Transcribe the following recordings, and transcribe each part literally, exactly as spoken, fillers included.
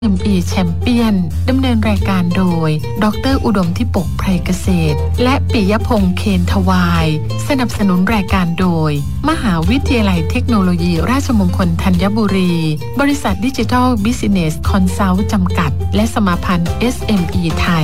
เอ็ม อี Champion ดำเนินรายการโดยดร.อุดมทิปกไพรเกษตรและปิยพงษ์เคนทวายสนับสนุนรายการโดยมหาวิทยาลัยเทคโนโลยีราชมงคลธัญบุรีบริษัทดิจิทัลบิสเนสคอนซัลท์จำกัดและสมาพันธ์ เอส เอ็ม อี ไทย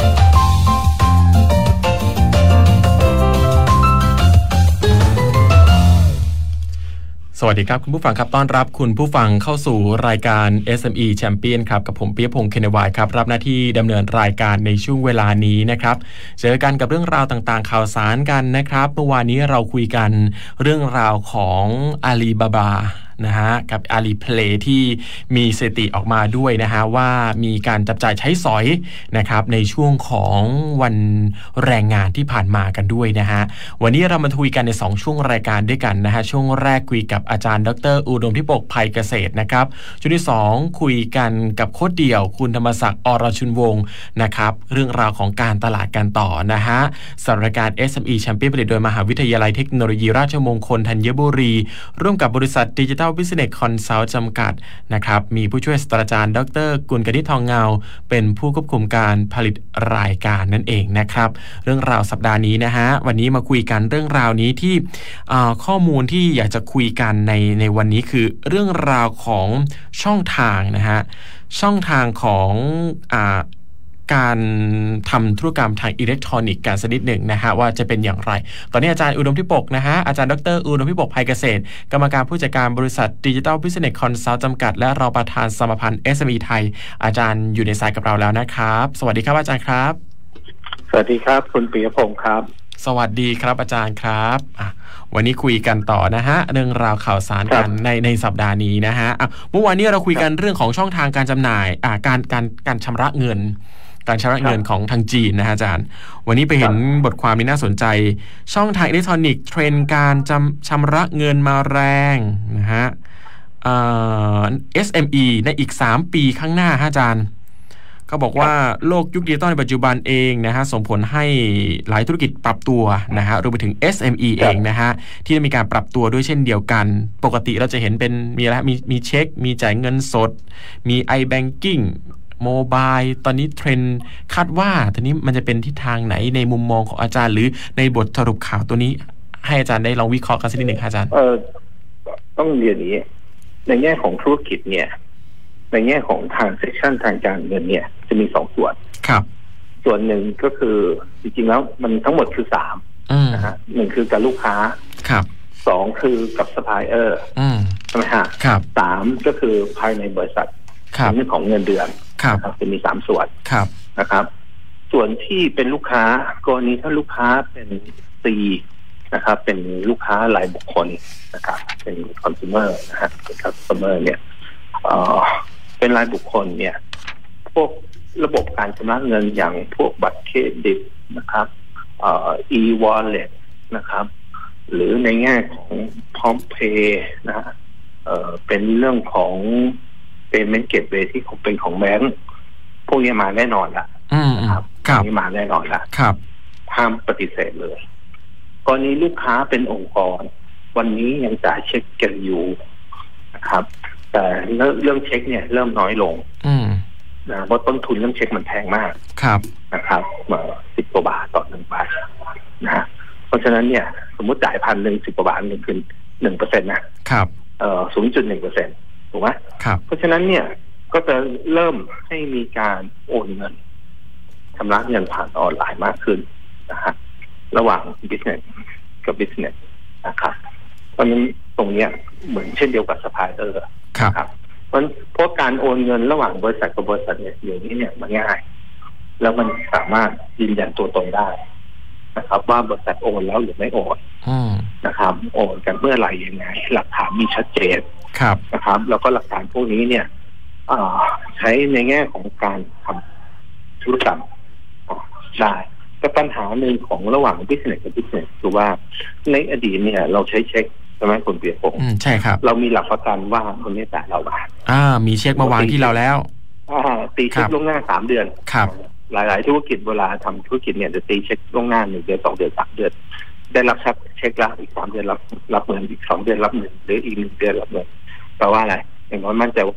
สวัสดีครับคุณผู้ฟังครับต้อนรับคุณผู้ฟังเข้าสู่รายการ เอส เอ็ม อี Champion ครับกับผมปิยพงษ์เคนวายครับรับหน้าที่ดำเนินรายการในช่วงเวลานี้นะครับเจอกันกับเรื่องราวต่างๆข่าวสารกันนะครับเมื่อวานนี้เราคุยกันเรื่องราวของอาลีบาบานะฮะกับอาลีเพลย์ที่มีสถิติออกมาด้วยนะฮะว่ามีการจับจ่ายใช้สอยนะครับในช่วงของวันแรงงานที่ผ่านมากันด้วยนะฮะวันนี้เรามาคุยกันในสองช่วงรายการด้วยกันนะฮะช่วงแรกคุยกับอาจารย์ดร.อุดมทิปกไพรเกษตรนะครับช่วงที่สองคุยกันกับโค้ชเดี่ยวคุณธรรมศักดิ์อรชุนวงศ์นะครับเรื่องราวของการตลาดกันต่อนะฮะสำหรับรายการ เอส เอ็ม อี Champion ผลิตโดยมหาวิทยาลัยเทคโนโลยีราชมงคลธัญบุรีร่วมกับบริษัทดิจิทัลบิสเนสคอนซัลท์จำกัดนะครับมีผู้ช่วยศาสตราจารย์ดร.กุลกนิษฐ์ทองเงาเป็นผู้ควบคุมการผลิตรายการนั่นเองนะครับเรื่องราวสัปดาห์นี้นะฮะวันนี้มาคุยกันเรื่องราวนี้ที่ข้อมูลที่อยากจะคุยกันในในวันนี้คือเรื่องราวของช่องทางนะฮะช่องทางของอ่าการทำธุรกรรมทางอิเล็กทรอนิกส์กันสักนิดหนึ่งนะฮะว่าจะเป็นอย่างไรตอนนี้อาจารย์อุดมทิปกนะฮะอาจารย์ดร.อุดมทิปกไพรเกษตรกรรมการผู้จัดการบริษัทดิจิทัลบิสเนสคอนซัลท์จำกัดและรองประธานสมาพันธ์ เอส เอ็ม อี ไทยอาจารย์อยู่ในสายกับเราแล้วนะครับสวัสดีครับอาจารย์ครับสวัสดีครับคุณปิยพงษ์ครับสวัสดีครับอาจารย์ครับวันนี้คุยกันต่อนะฮะเรื่องราวข่าวสารกันในในสัปดาห์นี้นะฮะเมื่อวานนี้เราคุยกันเรื่องของช่องทางการจำหน่ายอ่าการการการชำระเงินการชำระเงินของทางจีนนะฮะอาจารย์วันนี้ไปเห็นบทความนี้น่าสนใจช่องทางอิเล็กทรอนิกส์เทรนด์การจำชำระเงินมาแรงนะฮะเอ่อ เอส เอ็ม อี ในอีกสามปีข้างหน้าฮะอาจารย์ก็บอกว่าโลกยุคดิจิตอลในปัจจุบันเองนะฮะส่งผลให้หลายธุรกิจปรับตัวนะฮะรวมไปถึง เอส เอ็ม อี เองนะฮะที่ได้มีการปรับตัวด้วยเช่นเดียวกันปกติเราจะเห็นเป็นมีอะไรมีมีเช็คมีจ่ายเงินสดมี iBankingโมบายตอนนี้เทรนด์คาดว่าตอนนี้มันจะเป็นทิศทางไหนในมุมมองของอาจารย์หรือในบทสรุปข่าวตัวนี้ให้อาจารย์ได้ลองวิเคราะห์กันสักนิดหนึ่งอาจารย์เออต้องเรียนอย่างนี้ในแง่ของธุรกิจเนี่ยในแง่ของทางเซสชั่นทางการเงินเนี่ยจะมีสองส่วนครับส่วนหนึ่งก็คือจริงๆแล้วมันทั้งหมดคือสามนะฮะหนึ่งคือกับลูกค้าครับสองคือกับซัพพลายเออร์ใช่ไหมฮะครับสามก็คือภายในบริษัทเรื่องของเงินเดือนครับจะมีสามส่วนครับนะครับส่วนที่เป็นลูกค้ากรณีถ้าลูกค้าเป็น C นะครับเป็นลูกค้ารายบุคคลนะครับเป็นคอน sumer นะฮะเป็น customer เนี่ยเอ่อเป็นรายบุคคลเนี่ยพวกระบบการชำระเงินอย่างพวกบัตรเครดิตนะครับเอ่อ e-wallet นะครับหรือในแง่ของพร้อมเพย์นะฮะเอ่อเป็นเรื่องของpayment gateway ที่เป็นของแบงก์พวกนี้มาแน่นอนละครับนี่มาแน่นอนละครับห้ามปฏิเสธเลยกรณีลูกค้าเป็นองค์กรวันนี้ยังจ่ายเช็คกันอยู่นะครับแต่เรื่องเช็คเนี่ยเริ่มน้อยลงนะเพราะต้นทุนเรื่องเช็คมันแพงมากครับนะครับมาสิบกว่าบาทต่อหนึ่งใบนะฮะเพราะฉะนั้นเนี่ยสมมติจ่ายพันหนึ่งสิบกว่าบาทหนึ่งคือหนึ่งเปอร์เซ็นต์นะครับเอ่อศูนย์จุดหนึ่งเปอร์เซ็นต์ถูกไหมครับเพราะฉะนั้นเนี่ยก็จะเริ่มให้มีการโอนเงินชำระเงินผ่านออนไลน์มากขึ้นนะฮะระหว่าง business กับ business นะครับเพราะฉะนั้นตรงเนี้ยเหมือนเช่นเดียวกับ supplier ครับเพราะเพราะการโอนเงินระหว่างบริษัทกับบริษัทเนี่ยอย่างนี้เนี่ยมันง่ายแล้วมันสามารถยืนยันตัวตนได้นะครับว่าบริษัทโอนแล้วหรือไม่โอนนะครับโอนกันเมื่อไหร่ยังไงหลักฐานมีชัดเจนนะครับแล้วก็หลักฐานพวกนี้เนี่ยใช้ในแง่ของการทำธุรกรรมได้แต่ปัญหาหนึ่งของระหว่าง business กับ business คือว่าในอดีตเนี่ยเราใช้เช็คใช่ไหมคุณเปียพงษ์ใช่ครับเรามีหลักประกันว่าคนนี้จ่ายเราบาทอ่ามีเช็คมาวางที่เราแล้วอ่าตีเช็คล่วงหน้าสามเดือนครับหลายๆธุรกิจเวลาทำธุรกิจเนี่ยจะตีเช็คล่วงหน้าหนึ่งเดือนสองเดือนสามเดือนได้รับเช็คแล้วอีกสามเดือนรับรับเงินอีกสองเดือนรับเงินหรืออีกหนึ่งเดือนรับเงินแปลว่าอะไรอย่างน้อยมั่นใจว่า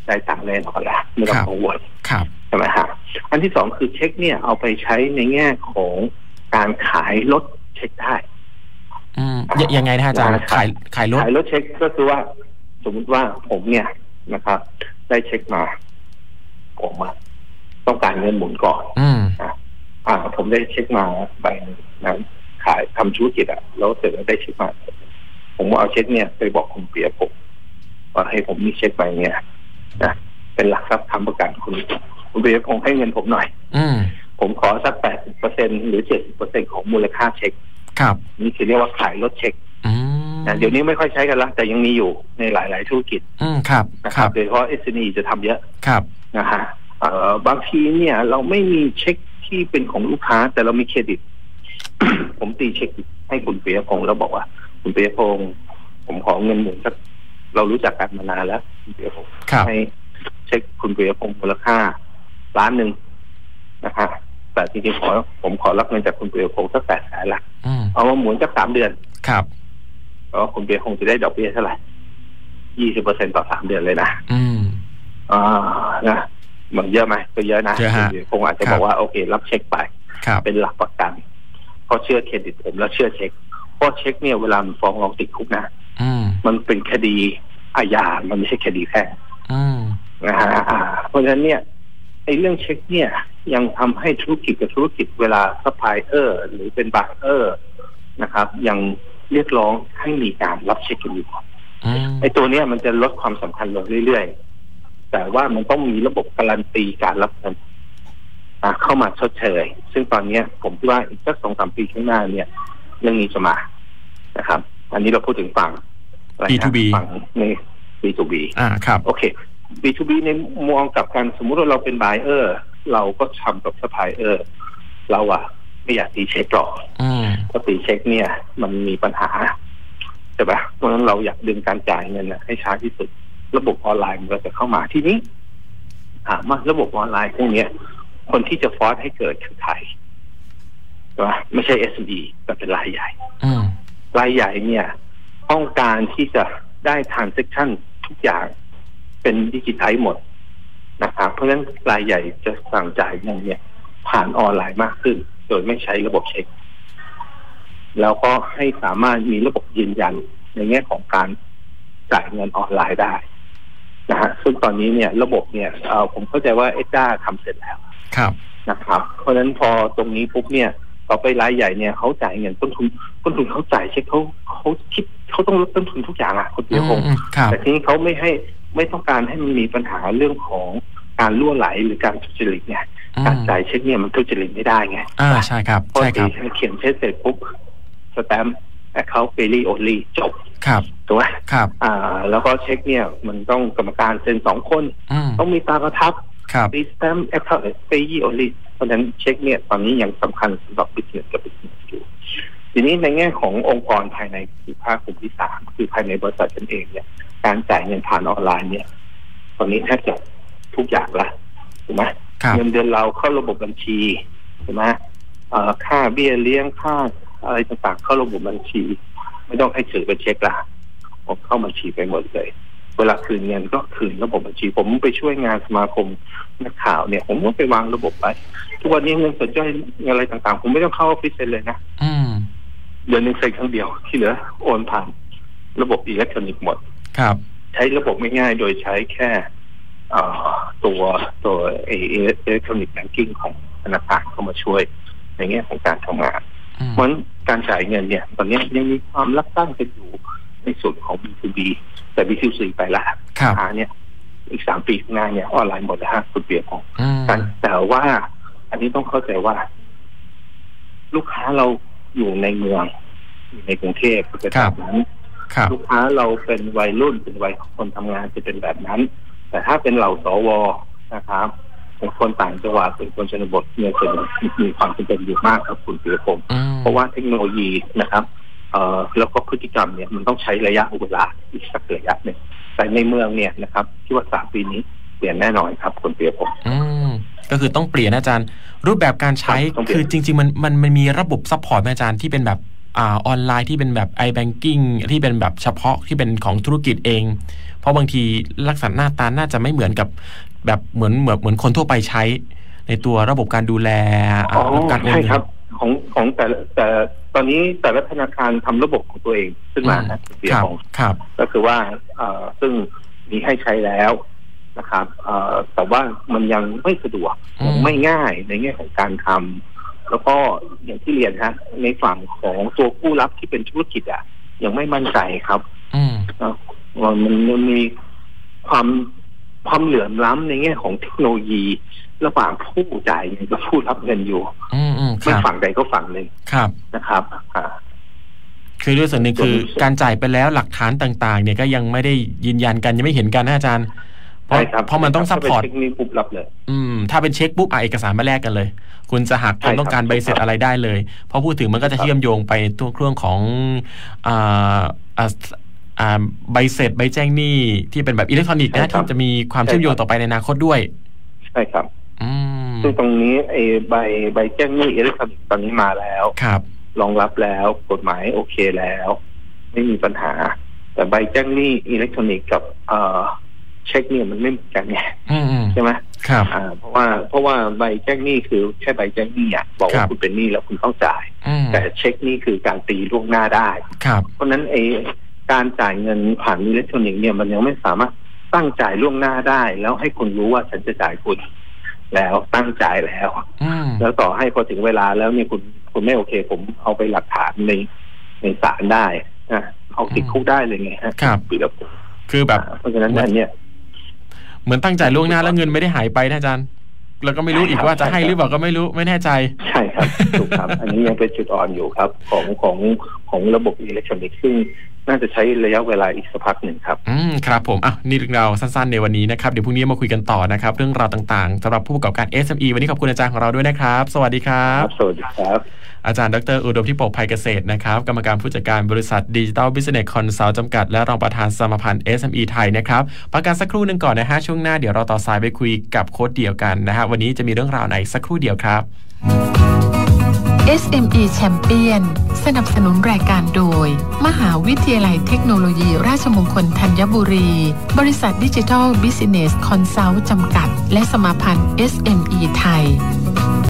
ได้ตังค์แน่นอนละไม่ต้องกังวลใช่ไหมฮะอันที่สองคือเช็คเนี่ยเอาไปใช้ในแง่ของการขายรถเช็คได้อืมยังไงนะอาจารย์ขายขายรถขายรถเช็คก็คือว่าสมมติว่าผมเนี่ยนะครับได้เช็คมาผมมาต้องการเงินหมุนก่อนอืมอ่าผมได้เช็คมาใบนั้นขายทำธุรกิจอ่ะแล้วเสร็จแล้วได้เช็คมาผมเอาเช็คเนี่ยไปบอกคุณเปียผมว่าให้ผมมีเช็คใบเนี่ยนะเป็นหลักทรัพย์ค้ำประกันคุณคุณเปียคงให้เงินผมหน่อยอืมผมขอสักแปดสิบเปอร์เซ็นหรือเจ็ดสิบเปอร์เซ็นของมูลค่าเช็คครับนี่คือเรียกว่าขายรถเช็คนะเดี๋ยวนี้ไม่ค่อยใช้กันละแต่ยังมีอยู่ในหลายๆธุรกิจอืมครับนะครับโดยเฉพาะ เอส เอ็ม อี จะทำเยอะครับนะฮะเอ่อบางทีเนี่ยเราไม่มีเช็คที่เป็นของลูกค้าแต่เรามีเครดิต ผมตีเช็คให้คุณเปียพงษ์แล้วบอกว่าคุณเปียพงษ์ผมขอเงินหมุนสักเรารู้จักกันมานานแล้วคุณเปียพงษ์ให้เช็คคุณเปียพงษ์มูลค่าล้านหนึ่งนะฮะแต่จริงๆขอผมขอรับเงินจากคุณเปียพงษ์สักแปดแสนละเอามาหมุนสักสามเดือนครับแล้วคุณเปียพงษ์จะได้ดอกเบี้ยเท่าไหร่ยี่สิบเปอร์เซ็นต์ต่อสามเดือนเลยนะอืมอ่านะมันเยอะไหมก็เยอะนะคุณเปียพงษ์อาจจะบอกว่าโอเครับเช็คไปเป็นหลักประกันเพราะเชื่อเครดิตผมแล้วเชื่อเช็คเพราะเช็คเนี่ยเวลามันฟ้องร้องติดคุกนะมันเป็นคดีอาญามันไม่ใช่คดีแพ่งนะฮะเพราะฉะนั้นเนี่ยไอ้เรื่องเช็คเนี่ยยังทำให้ธุรกิจกับธุรกิจเวลาซัพพลายเออร์หรือเป็นบายเออร์นะครับยังเรียกร้องให้มีการรับเช็คกันอยู่ไอ้ตัวเนี้ยมันจะลดความสำคัญลงเรื่อยๆแต่ว่ามันต้องมีระบบการันตีการรับเงินเข้ามาชดเชยซึ่งตอนนี้ผมคิดว่าอีกสักสองสามปีข้างหน้าเนี่ยเรื่องนี้จะมานะครับอันนี้เราพูดถึงฝั่งบี ทู บีฝั่งใน บี ทู บีอ่าครับโอเค บี ทู บี ในมองกับการสมมุติว่าเราเป็น buyer เราก็ทำกับ supplier เราอะไม่อยากตีเช็คหรอกเพราะตีเช็คเนี่ยมันมีปัญหาใช่ปะเพราะฉะนั้นเราอยากดึงการจ่ายเงินให้ช้าที่สุดระบบออนไลน์มันก็จะเข้ามาที่นี้ถามว่าระบบออนไลน์พวกนี้คนที่จะฟอร์สให้เกิดคือใครใช่ปะไม่ใช่ เอส เอ็ม อี แต่เป็นรายใหญ่รายใหญ่เนี่ยต้องการที่จะได้ transaction ทุกอย่างเป็นดิจิทัลหมดนะครับเพราะฉะนั้นรายใหญ่จะสั่งจ่ายเงินเนี่ยผ่านออนไลน์มากขึ้นโดยไม่ใช้ระบบเช็คแล้วก็ให้สามารถมีระบบยืนยันในแง่ของการจ่ายเงินออนไลน์ได้นะฮะซึ่งตอนนี้เนี่ยระบบเนี่ยเอ่อผมเข้าใจว่าเอ็ดด้าทำเสร็จแล้วครับนะครับเพราะฉะนั้นพอตรงนี้ปุ๊บเนี่ยต่อไปรายใหญ่เนี่ยเขาจ่ายเงินต้นทุนต้นทุนเขาจ่ายเช็คเขาเขาคิดเขาต้องลดต้นทุนทุกอย่างอ่ะคนเดียวคงแต่ทีนี้เขาไม่ให้ไม่ต้องการให้มันมีปัญหาเรื่องของการล่วไหลหรือการทุจริตเนี่ยการจ่ายเช็คเนี่ยมันทุจริตไม่ได้ไงอ่าใช่ครับใช่ครับเขียนเช็คเสร็จปุ๊บสแตมป์แต่เขาเปรี่โอลี่จบครับถูกไหมครับอ่าแล้วก็เช็คเนี่ยมันต้องกรรมการเซ็นสองคนต้องมีตาประทับมีสแตมป์แอคเคาท์เปรี่โอลี่เพราะฉะนั้นเช็คเนี่ยตอนนี้ยังสำคัญสำหรับบิสเนสกับบิสเนสอยู่ทีนี้ในแง่ขององค์กรภายในคือภาคกลุ่มที่สามคือภายในบริษัทกันเองเนี่ยการจ่ายเงินผ่านออนไลน์เนี่ยตอนนี้แทบจะทุกอย่างละถูกไหมเงินเดือนเราเข้าระบบบัญชีถูกไหมค่าเบี้ยเลี้ยงค่าอะไรต่างๆเข้าระบบบัญชีไม่ต้องให้ถือเป็นเช็คละผมเข้าบัญชีไปหมดเลยเวลาคืนเงินก็คืนระบบบัญชีผมไปช่วยงานสมาคมนักข่าวเนี่ยผมก็ไปวางระบบไว้ทุกวันนี้เงินสดย่อยอะไรต่างๆผมไม่ต้องเข้าออฟฟิศเลยนะเดือนนึงเซ็นครั้งเดียวที่เหลือโอนผ่านระบบอิเล็กทรอนิกส์หมดครับใช้ระบบไม่ง่ายโดยใช้แค่ตัวตัวอิเล็กทรอนิกส์แบงกิ้งของธนาคารเข้ามาช่วยในแง่ของการทำงานเพราะการจ่ายเงินเนี่ยตอนนี้ยังมีความลักตั้งกันอยู่ในส่วนของ บี ทู บี แต่ บี ทู ซี ไปละค้าเนี่ยอีกสามปีข้างหน้าเนี่ยออนไลน์หมดนะฮะคุณเปียของกันแต่ว่าอันนี้ต้องเข้าใจว่าลูกค้าเราอยู่ในเมืองอยู่ในกรุงเทพจะแบบนั้นลูกค้าเราเป็นวัยรุ่นเป็นวัยคนทำงานจะเป็นแบบนั้นแต่ถ้าเป็นเหล่าสวนะครับเป็นคนต่างจังหวัดเป็นคนชนบทเนี่ยจะมีความจำเป็นอยู่มากครับคุณเปียพงศ์เพราะว่าเทคโนโลยีนะครับเอ่อแล้วก็พฤติกรรมเนี่ยมันต้องใช้ระยะเวลาอีกสักระยะหนึ่งแต่ในเมืองเนี่ยนะครับที่ว่าสามปีนี้เปลี่ยนแน่นอนครับคุณเปียพงศ์ก็คือต้องเปลี่ยนอาจารย์รูปแบบการใช้คือจริงๆมันมันมันมีระบบซัพพอร์ตอาจารย์ที่เป็นแบบอ่าออนไลน์ที่เป็นแบบ ไอ แบงกิ้ง ที่เป็นแบบเฉพาะที่เป็นของธุรกิจเองเพราะบางทีลักษณะหน้าตาน่าจะไม่เหมือนกับแบบเหมือนเหมือนเหมือนคนทั่วไปใช้ในตัวระบบการดูแลการโอนเงินใช่ครับของของแต่แต่ตอนนี้แต่ละธนาคารทำระบบของตัวเองขึ้นมานะเสียของก็คือว่าซึ่งมีให้ใช้แล้วนะครับแต่ว่ามันยังไม่สะดวกยังไม่ง่ายในแง่ของการทำแล้วก็อย่างที่เรียนฮะในฝั่งของตัวผู้รับที่เป็นธุรกิจอ่ะยังไม่มั่นใจครับมันมันมีความความเหลื่อมล้ำในแง่ของเทคโนโลยีระหว่างผู้จ่ายเงินกับผู้รับเงินอยู่ไม่ฝั่งใดก็ฝั่งหนึ่งนะครับคือด้วยส่วนหนึ่งคือการจ่ายไปแล้วหลักฐานต่างๆเนี่ยก็ยังไม่ได้ยืนยันกันยังไม่เห็นกันนะอาจารย์เพราะเพราะมันต้องซัพพอร์ตอืมถ้าเป็นเช็คปุ๊บอ่ะเอกสารมาแลกกันเลยคุณจะหักคุณต้องการใบเสร็จอะไรได้เลยเพราะพูดถึงมันก็จะเชื่อมโยงไปตัวเครื่องของอ่าอ่าใบเสร็จใบแจ้งหนี้ที่เป็นแบบอิเล็กทรอนิกส์นะที่จะมีความเชื่อมโยงต่อไปในอนาคตด้วยใช่ครับซึ่งตรงนี้ไอ้ใบใบแจ้งหนี้อิเล็กทรอนิกส์ตอนนี้มาแล้วครับรองรับแล้วกฎหมายโอเคแล้วไม่มีปัญหาแต่ใบแจ้งหนี้อิเล็กทรอนิกส์กับเอ่อเช็คเนี่ยมันไม่เหมือนกันไงใช่ไหมครับอ่าเพราะว่าเพราะว่าใบแจ้งหนี้คือแค่ใบแจ้งหนี้อ่ะบอกว่าคุณเป็นหนี้แล้วคุณต้องจ่ายแต่เช็คนี่คือการตีล่วงหน้าได้เพราะนั้นไอ้การจ่ายเงินผ่านอิเล็กทรอนิกส์เนี่ยมันยังไม่สามารถตั้งจ่ายล่วงหน้าได้แล้วให้คุณรู้ว่าฉันจะจ่ายคุณแล้วตั้งจ่ายแล้วแล้วต่อให้พอถึงเวลาแล้วเนี่ยคุณคุณไม่โอเคผมเอาไปหลักฐานในในศาลได้นะเอาติดคุกได้เลยไงฮะครับคือแบบเพราะฉะนั้นเนี่ยเหมือนตั้งใจล่วงหน้าแล้วเงินไม่ได้หายไปนะอาจารย์แล้วก็ไม่รู้อีกว่าจะให้หรือเปล่าก็ไม่รู้ไม่แน่ใจใช่ครับถูกครับอันนี้ยังเป็นจุดอ่อนอยู่ครับของของของระบบอิเล็กทรอนิกส์ซึ่งน่าจะใช้ระยะเวลาอีกสักพักหนึ่งครับอืมครับผมอ่ะนี่เรื่องราวสั้นๆในวันนี้นะครับเดี๋ยวพรุ่งนี้มาคุยกันต่อนะครับเรื่องราวต่างๆสำหรับผู้ประกอบการ เอส เอ็ม อี วันนี้ขอบคุณอาจารย์ของเราด้วยนะครับสวัสดีครับสวัสดีครับอาจารย์ดร.อุดมที่ปกภัยเกษตรนะครับกรรมการผู้จัดการบริษัท Digital Business Consult จำกัดและรองประธานสมาพันธ์ เอส เอ็ม อี ไทยนะครับพักกันสักครู่หนึ่งก่อนนะฮะช่วงหน้าเดี๋ยวเราต่อสายไปคุยกับโค้ชเดี่ยวกันนะฮะวันนี้จะมีเรื่องราวไหนสักครู่เดียวครับเอส เอ็ม อี Champion สนับสนุนรายการโดยมหาวิทยาลัยเทคโนโลยีราชมงคลธัญบุรีบริษัท Digital Business Consult จำกัดและสมาพันธ์ เอส เอ็ม อี ไทย